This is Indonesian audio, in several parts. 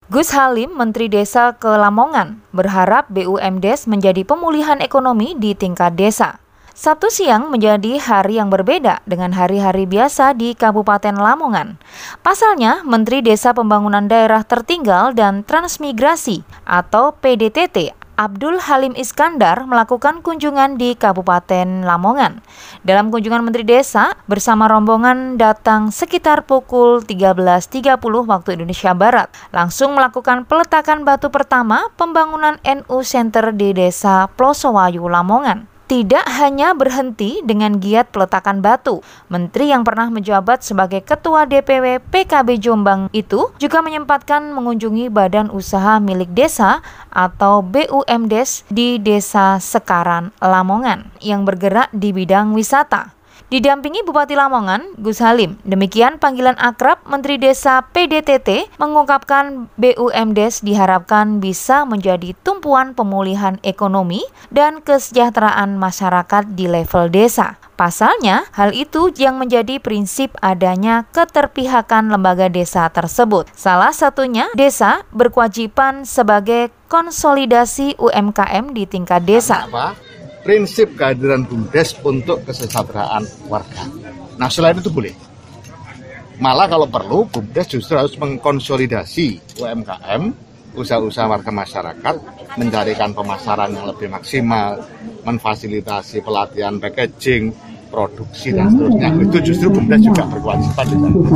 Gus Halim, Menteri Desa ke Lamongan, berharap BUMDes menjadi pemulihan ekonomi di tingkat desa. Sabtu siang menjadi hari yang berbeda dengan hari-hari biasa di Kabupaten Lamongan. Pasalnya, Menteri Desa Pembangunan Daerah Tertinggal dan Transmigrasi atau PDTT Abdul Halim Iskandar melakukan kunjungan di Kabupaten Lamongan. Dalam kunjungan Menteri Desa bersama rombongan datang sekitar pukul 13.30 waktu Indonesia Barat, langsung melakukan peletakan batu pertama pembangunan NU Center di Desa Plosowayu, Lamongan. Tidak hanya berhenti dengan giat peletakan batu, Menteri yang pernah menjabat sebagai Ketua DPW PKB Jombang itu juga menyempatkan mengunjungi Badan Usaha Milik Desa atau BUMDes di Desa Sekaran, Lamongan yang bergerak di bidang wisata. Didampingi Bupati Lamongan, Gus Halim. Demikian panggilan akrab Menteri Desa PDTT mengungkapkan BUMDes diharapkan bisa menjadi tumpuan pemulihan ekonomi dan kesejahteraan masyarakat di level desa. Pasalnya, hal itu yang menjadi prinsip adanya keterpihakan lembaga desa tersebut. Salah satunya, desa berkewajiban sebagai konsolidasi UMKM di tingkat desa. Prinsip kehadiran BUMDes untuk kesejahteraan warga. Nah, selain itu boleh. Malah kalau perlu, BUMDes justru harus mengkonsolidasi UMKM, usaha-usaha warga masyarakat, mencarikan pemasaran yang lebih maksimal, memfasilitasi pelatihan packaging, produksi, dan seterusnya. Itu justru BUMDes juga berkewajiban di sana.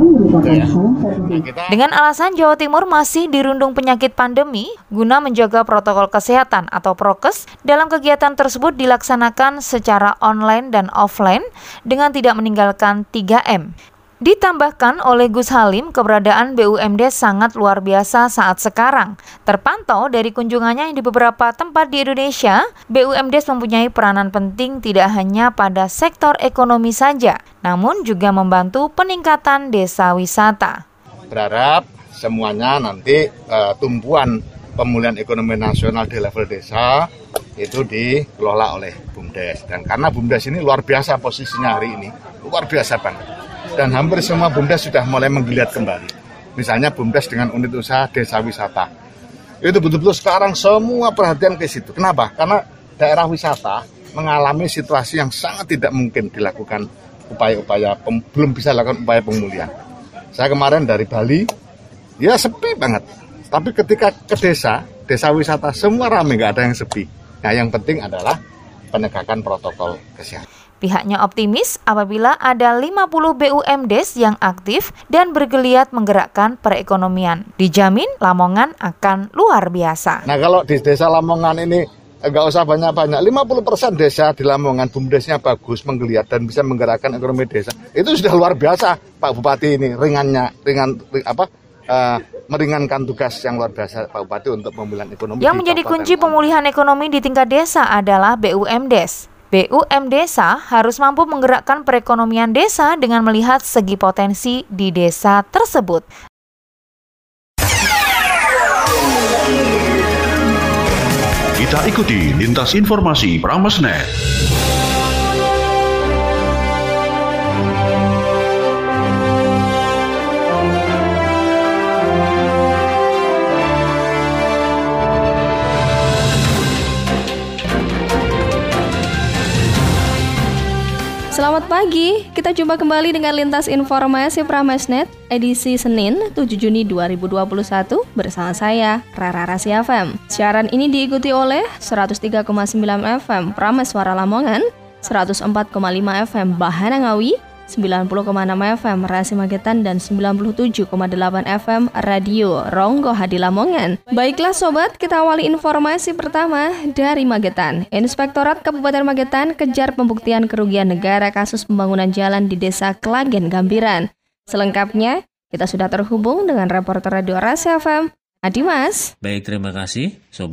Dengan alasan Jawa Timur masih dirundung penyakit pandemi, guna menjaga protokol kesehatan atau prokes, dalam kegiatan tersebut dilaksanakan secara online dan offline dengan tidak meninggalkan 3M. Ditambahkan oleh Gus Halim, keberadaan BUMDes sangat luar biasa saat sekarang. Terpantau dari kunjungannya di beberapa tempat di Indonesia, BUMDes mempunyai peranan penting tidak hanya pada sektor ekonomi saja, namun juga membantu peningkatan desa wisata. Berharap semuanya nanti tumpuan pemulihan ekonomi nasional di level desa itu dikelola oleh BUMDes. Dan karena BUMDes ini luar biasa posisinya hari ini, luar biasa banget. Dan hampir semua BUMDes sudah mulai menggeliat kembali. Misalnya BUMDes dengan unit usaha desa wisata. Itu betul-betul sekarang semua perhatian ke situ. Kenapa? Karena daerah wisata mengalami situasi yang sangat tidak mungkin dilakukan upaya-upaya, belum bisa dilakukan upaya pemulihan. Saya kemarin dari Bali, ya sepi banget. Tapi ketika ke desa wisata semua ramai, nggak ada yang sepi. Nah, yang penting adalah penegakan protokol kesehatan. Pihaknya optimis apabila ada 50 BUMDes yang aktif dan bergeliat menggerakkan perekonomian. Dijamin Lamongan akan luar biasa. Nah, kalau di desa Lamongan ini nggak usah banyak-banyak, 50% desa di Lamongan BUMDesnya bagus, menggeliat dan bisa menggerakkan ekonomi desa. Itu sudah luar biasa, Pak Bupati ini meringankan tugas yang luar biasa Pak Bupati untuk pemulihan ekonomi. Yang menjadi kunci pemulihan ekonomi di tingkat desa adalah BUMDes. BUM Desa harus mampu menggerakkan perekonomian desa dengan melihat segi potensi di desa tersebut. Kita ikuti lintas informasi Pramesnet. Selamat pagi, kita jumpa kembali dengan Lintas Informasi Pramesnet edisi Senin 7 Juni 2021 bersama saya, Rara Rasi FM. Siaran ini diikuti oleh 103,9 FM Prameswara Lamongan, 104,5 FM Bahana Ngawi, 90,6 FM Rasi Magetan, dan 97,8 FM Radio Ronggo Hadi Lamongan. Baiklah sobat, kita awali informasi pertama dari Magetan. Inspektorat Kabupaten Magetan kejar pembuktian kerugian negara kasus pembangunan jalan di Desa Klagen, Gambiran. Selengkapnya, kita sudah terhubung dengan reporter Radio Rasi FM, Adi Mas. Baik, terima kasih sobat.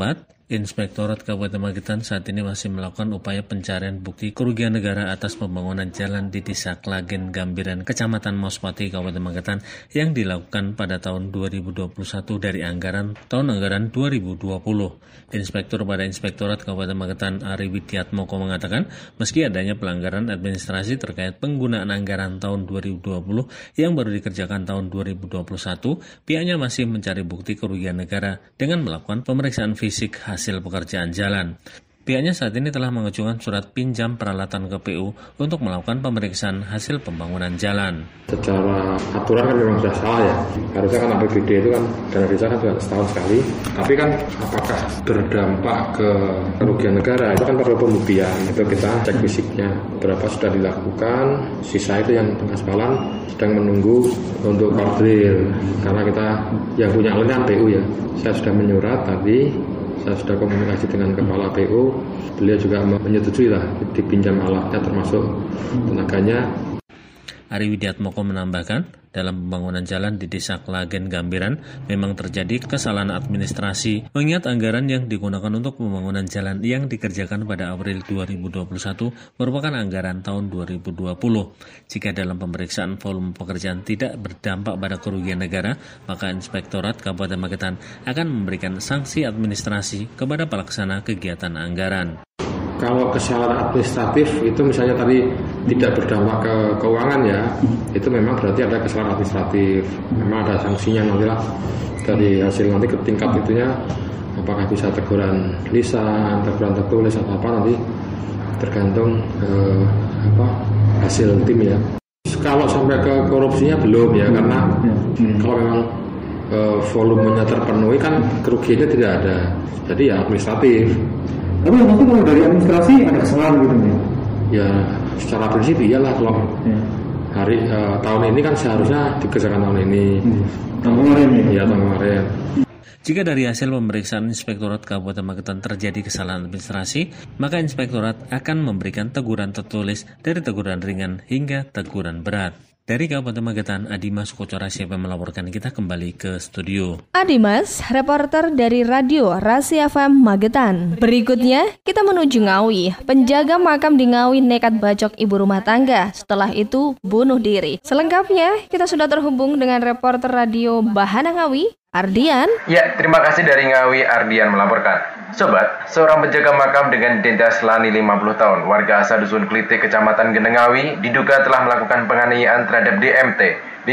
Inspektorat Kabupaten Magetan saat ini masih melakukan upaya pencarian bukti kerugian negara atas pembangunan jalan di Desa Klagen Gambiran, Kecamatan Mauspati, Kabupaten Magetan yang dilakukan pada tahun 2021 dari anggaran tahun anggaran 2020. Inspektur pada Inspektorat Kabupaten Magetan Ari Widiatmoko mengatakan, meski adanya pelanggaran administrasi terkait penggunaan anggaran tahun 2020 yang baru dikerjakan tahun 2021, pihaknya masih mencari bukti kerugian negara dengan melakukan pemeriksaan fisik hasil pekerjaan jalan. Pihaknya saat ini telah mengajukan surat pinjam peralatan ke PU untuk melakukan pemeriksaan hasil pembangunan jalan. Secara aturan kan memang sudah salah ya. Harusnya kan APBD itu kan dana desa kan sudah setahun sekali. Tapi kan apakah berdampak ke kerugian negara itu kan perlu pembuktian. Itu kita cek fisiknya. Berapa sudah dilakukan, sisa itu yang pengaspalan sedang menunggu untuk kadril. Karena kita yang punya alatnya PU ya. Saya sudah menyurat tadi. Saya sudah komunikasi dengan Kepala PU, beliau juga menyetujui lah dipinjam alatnya termasuk tenaganya. Ari Widiatmoko menambahkan, dalam pembangunan jalan di Desa Klagen Gambiran memang terjadi kesalahan administrasi mengingat anggaran yang digunakan untuk pembangunan jalan yang dikerjakan pada April 2021 merupakan anggaran tahun 2020. Jika dalam pemeriksaan volume pekerjaan tidak berdampak pada kerugian negara, maka Inspektorat Kabupaten Magetan akan memberikan sanksi administrasi kepada pelaksana kegiatan anggaran. Kalau kesalahan administratif itu misalnya tadi tidak berdampak ke keuangan ya, itu memang berarti ada kesalahan administratif. Memang ada sanksinya nantilah dari hasil nanti ke tingkat itunya, apakah bisa teguran lisan, teguran tertulis atau apa nanti tergantung hasil tim ya. Kalau sampai ke korupsinya belum ya, karena kalau memang volumenya terpenuhi kan kerugiannya tidak ada. Jadi ya administratif. Tapi yang penting kalau dari administrasi ada kesalahan gitu ya? Ya secara prinsip iyalah kalau tahun ini kan seharusnya dikerjakan tahun ini. Tahun kemarin ya? Iya tahun kemarin. Jika dari hasil pemeriksaan Inspektorat Kabupaten Magetan terjadi kesalahan administrasi, maka Inspektorat akan memberikan teguran tertulis dari teguran ringan hingga teguran berat. Dari Kabupaten Magetan, Adimas Sukoco Rahasia FM melaporkan. Kita kembali ke studio. Adimas, reporter dari Radio Rahasia FM Magetan. Berikutnya, kita menuju Ngawi. Penjaga makam di Ngawi nekat bacok ibu rumah tangga. Setelah itu, bunuh diri. Selengkapnya, kita sudah terhubung dengan reporter Radio Bahana Ngawi, Ardian. Ya, terima kasih dari Ngawi, Ardian melaporkan. Sobat, seorang penjaga makam dengan identitas Lani 50 tahun, warga asal Dusun Klitik, Kecamatan Genengawi, diduga telah melakukan penganiayaan terhadap DMT,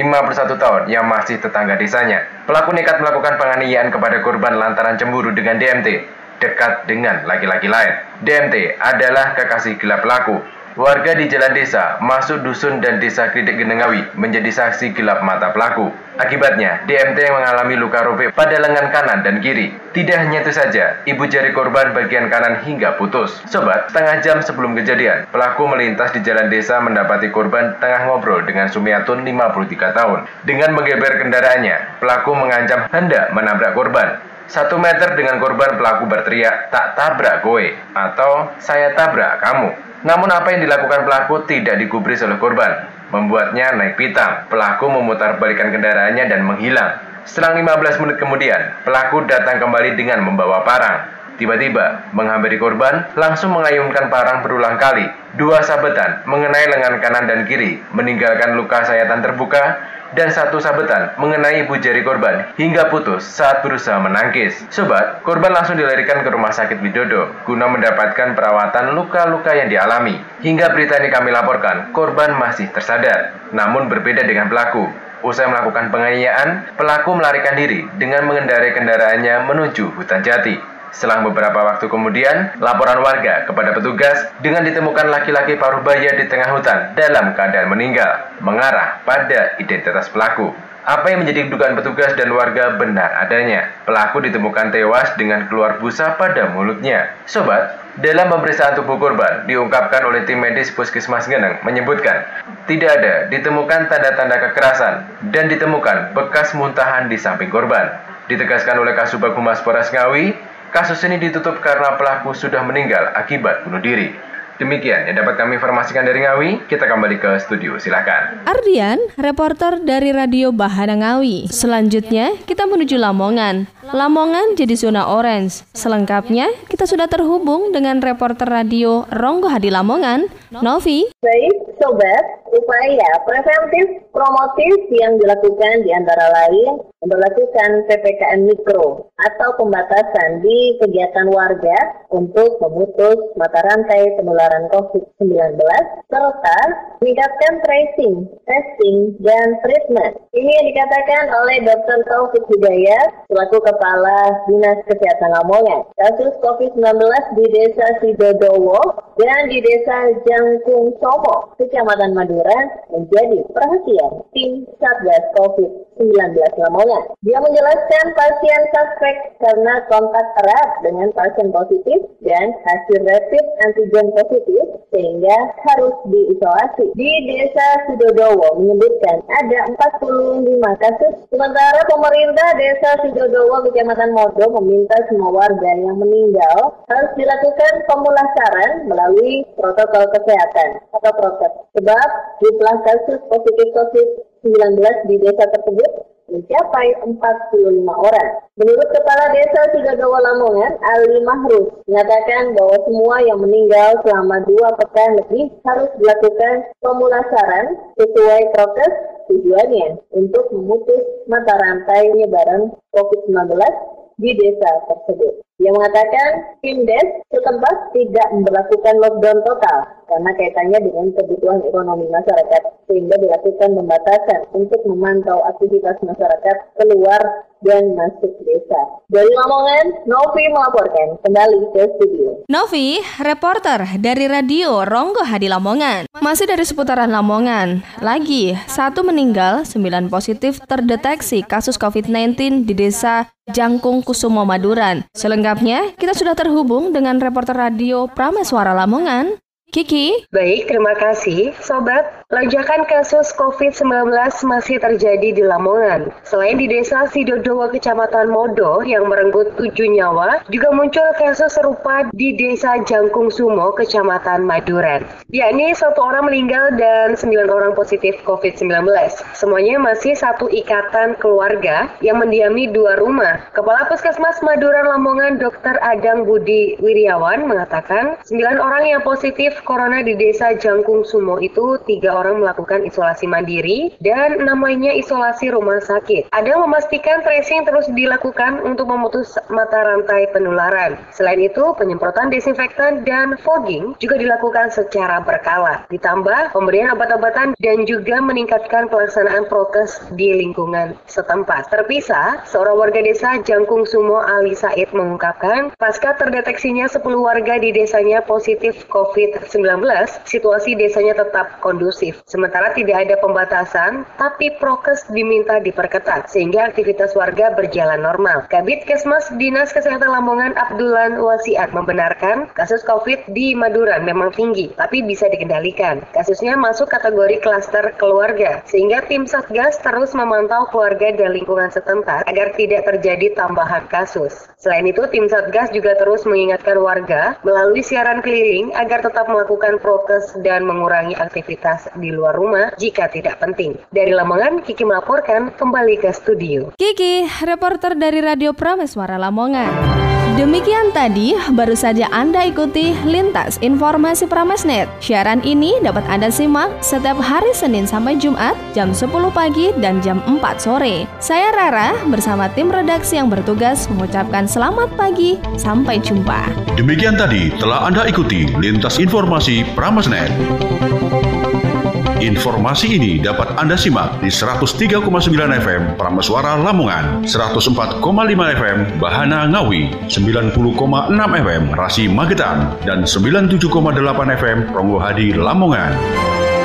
51 tahun, yang masih tetangga desanya. Pelaku nekat melakukan penganiayaan kepada korban lantaran cemburu dengan DMT, dekat dengan laki-laki lain. DMT adalah kekasih gelap pelaku. Warga di jalan desa, masuk dusun dan desa Klitik Genengawi menjadi saksi gelap mata pelaku. Akibatnya, DMT mengalami luka robek pada lengan kanan dan kiri. Tidak hanya itu saja, ibu jari korban bagian kanan hingga putus. Sobat, setengah jam sebelum kejadian, pelaku melintas di jalan desa mendapati korban tengah ngobrol dengan Sumiatun 53 tahun. Dengan menggeber kendaraannya, pelaku mengancam hendak menabrak korban. 1 meter dengan korban, pelaku berteriak, "Tak tabrak kowe," atau "Saya tabrak kamu." Namun apa yang dilakukan pelaku tidak digubris oleh korban, membuatnya naik pitam. Pelaku memutarbalikkan kendaraannya dan menghilang. Selang 15 menit kemudian, pelaku datang kembali dengan membawa parang. Tiba-tiba menghampiri korban, langsung mengayunkan parang berulang kali. 2 sabetan mengenai lengan kanan dan kiri, meninggalkan luka sayatan terbuka, dan 1 sabetan mengenai ibu jari korban hingga putus saat berusaha menangkis. Sobat, korban langsung dilarikan ke Rumah Sakit Widodo guna mendapatkan perawatan luka-luka yang dialami. Hingga berita ini kami laporkan, korban masih tersadar. Namun berbeda dengan pelaku. Usai melakukan penganiayaan, pelaku melarikan diri dengan mengendarai kendaraannya menuju hutan jati. Selang beberapa waktu kemudian, laporan warga kepada petugas dengan ditemukan laki-laki paruh baya di tengah hutan dalam keadaan meninggal, mengarah pada identitas pelaku. Apa yang menjadi dugaan petugas dan warga benar adanya. Pelaku ditemukan tewas dengan keluar busa pada mulutnya. Sobat, dalam pemeriksaan tubuh korban diungkapkan oleh tim medis Puskesmas Geneng menyebutkan tidak ada ditemukan tanda-tanda kekerasan dan ditemukan bekas muntahan di samping korban. Ditegaskan oleh Kasubag Humas Polres Ngawi, kasus ini ditutup karena pelaku sudah meninggal akibat bunuh diri. Demikian yang dapat kami informasikan dari Ngawi. Kita kembali ke studio, silakan. Ardian, reporter dari Radio Bahana Ngawi. Selanjutnya, kita menuju Lamongan. Lamongan jadi zona orange. Selengkapnya, kita sudah terhubung dengan reporter radio Ronggo Hadi Lamongan, Novi. Baik, Sobat, upaya preventif promotif yang dilakukan di antara lain memperlakukan PPKM Mikro atau pembatasan di kegiatan warga untuk memutus mata rantai penularan COVID-19 serta meningkatkan tracing, testing, dan treatment. Ini yang dikatakan oleh Dr. Taufik Hidayat selaku Kepala Dinas Kesehatan Lamongan. Kasus COVID-19 di Desa Sidodowo dan di Desa Jangkung Somo, Kecamatan Maduran menjadi perhatian tim Satgas COVID-19 Lamongan. Dia menjelaskan pasien suspek karena kontak erat dengan pasien positif dan hasil rapid antigen positif sehingga harus diisolasi. Di Desa Sidodowo menyebutkan ada 45 kasus. Sementara pemerintah Desa Sidodowo Kecamatan Modo meminta semua warga yang meninggal harus dilakukan pemulasaran melalui protokol kesehatan atau prokes. Sebab jumlah kasus positif COVID-19 di desa tersebut mencapai 45 orang. Menurut Kepala Desa Sidodowo Lamongan, Ali Mahrus, mengatakan bahwa semua yang meninggal selama 2 pekan lebih harus dilakukan pemulasaran sesuai prokes, tujuannya untuk memutus mata rantai penyebaran COVID-19 di desa tersebut. Dia mengatakan tim Des setempat tidak memperlakukan lockdown total karena kaitannya dengan kebutuhan ekonomi masyarakat sehingga dilakukan pembatasan untuk memantau aktivitas masyarakat keluar dan masuk desa. Dari Lamongan, Novi melaporkan kembali ke studio. Novi, reporter dari Radio Ronggo Hadi Lamongan. Masih dari seputaran Lamongan, lagi 1 meninggal, 9 positif terdeteksi kasus COVID-19 di Desa Jangkung Kusumo Maduran. Selengkapnya, kita sudah terhubung dengan reporter radio Prameswara Lamongan, Kiki. Baik, terima kasih. Sobat, lonjakan kasus COVID-19 masih terjadi di Lamongan. Selain di Desa Sidodowo Kecamatan Modo yang merenggut 7 nyawa, juga muncul kasus serupa di Desa Jangkung Sumo Kecamatan Maduran. Yakni 1 orang meninggal dan 9 orang positif COVID-19. Semuanya masih satu ikatan keluarga yang mendiami 2 rumah. Kepala Puskesmas Maduran Lamongan Dr. Adang Budi Wiryawan mengatakan 9 orang yang positif corona di Desa Jangkung Sumo itu 3 orang melakukan isolasi mandiri dan 6 lainnya isolasi rumah sakit. Ada memastikan tracing terus dilakukan untuk memutus mata rantai penularan. Selain itu, penyemprotan desinfektan dan fogging juga dilakukan secara berkala. Ditambah pemberian obat-obatan dan juga meningkatkan pelaksanaan prokes di lingkungan setempat. Terpisah, seorang warga desa Jangkung Sumo Ali Said mengungkapkan, pasca terdeteksinya 10 warga di desanya positif COVID-19, situasi desanya tetap kondusif. Sementara tidak ada pembatasan, tapi prokes diminta diperketat, sehingga aktivitas warga berjalan normal. Kabid Kesmas Dinas Kesehatan Lamongan Abdullah Wasiat membenarkan kasus COVID di Maduran memang tinggi, tapi bisa dikendalikan. Kasusnya masuk kategori klaster keluarga, sehingga tim Satgas terus memantau keluarga dan lingkungan setempat agar tidak terjadi tambahan kasus. Selain itu, tim Satgas juga terus mengingatkan warga melalui siaran keliling agar tetap melakukan prokes dan mengurangi aktivitas di luar rumah jika tidak penting. Dari Lamongan, Kiki melaporkan kembali ke studio. Kiki, reporter dari Radio Prameswara Lamongan. Demikian tadi, baru saja Anda ikuti Lintas Informasi Pramesnet. Siaran ini dapat Anda simak setiap hari Senin sampai Jumat jam 10 pagi dan jam 4 sore. Saya Rara bersama tim redaksi yang bertugas mengucapkan selamat pagi, sampai jumpa. Demikian tadi telah Anda ikuti Lintas Informasi Pramesnet. Informasi ini dapat Anda simak di 103,9 FM Prameswara Lamongan, 104,5 FM Bahana Ngawi, 90,6 FM Rasi Magetan, dan 97,8 FM Ronggo Hadi Lamongan.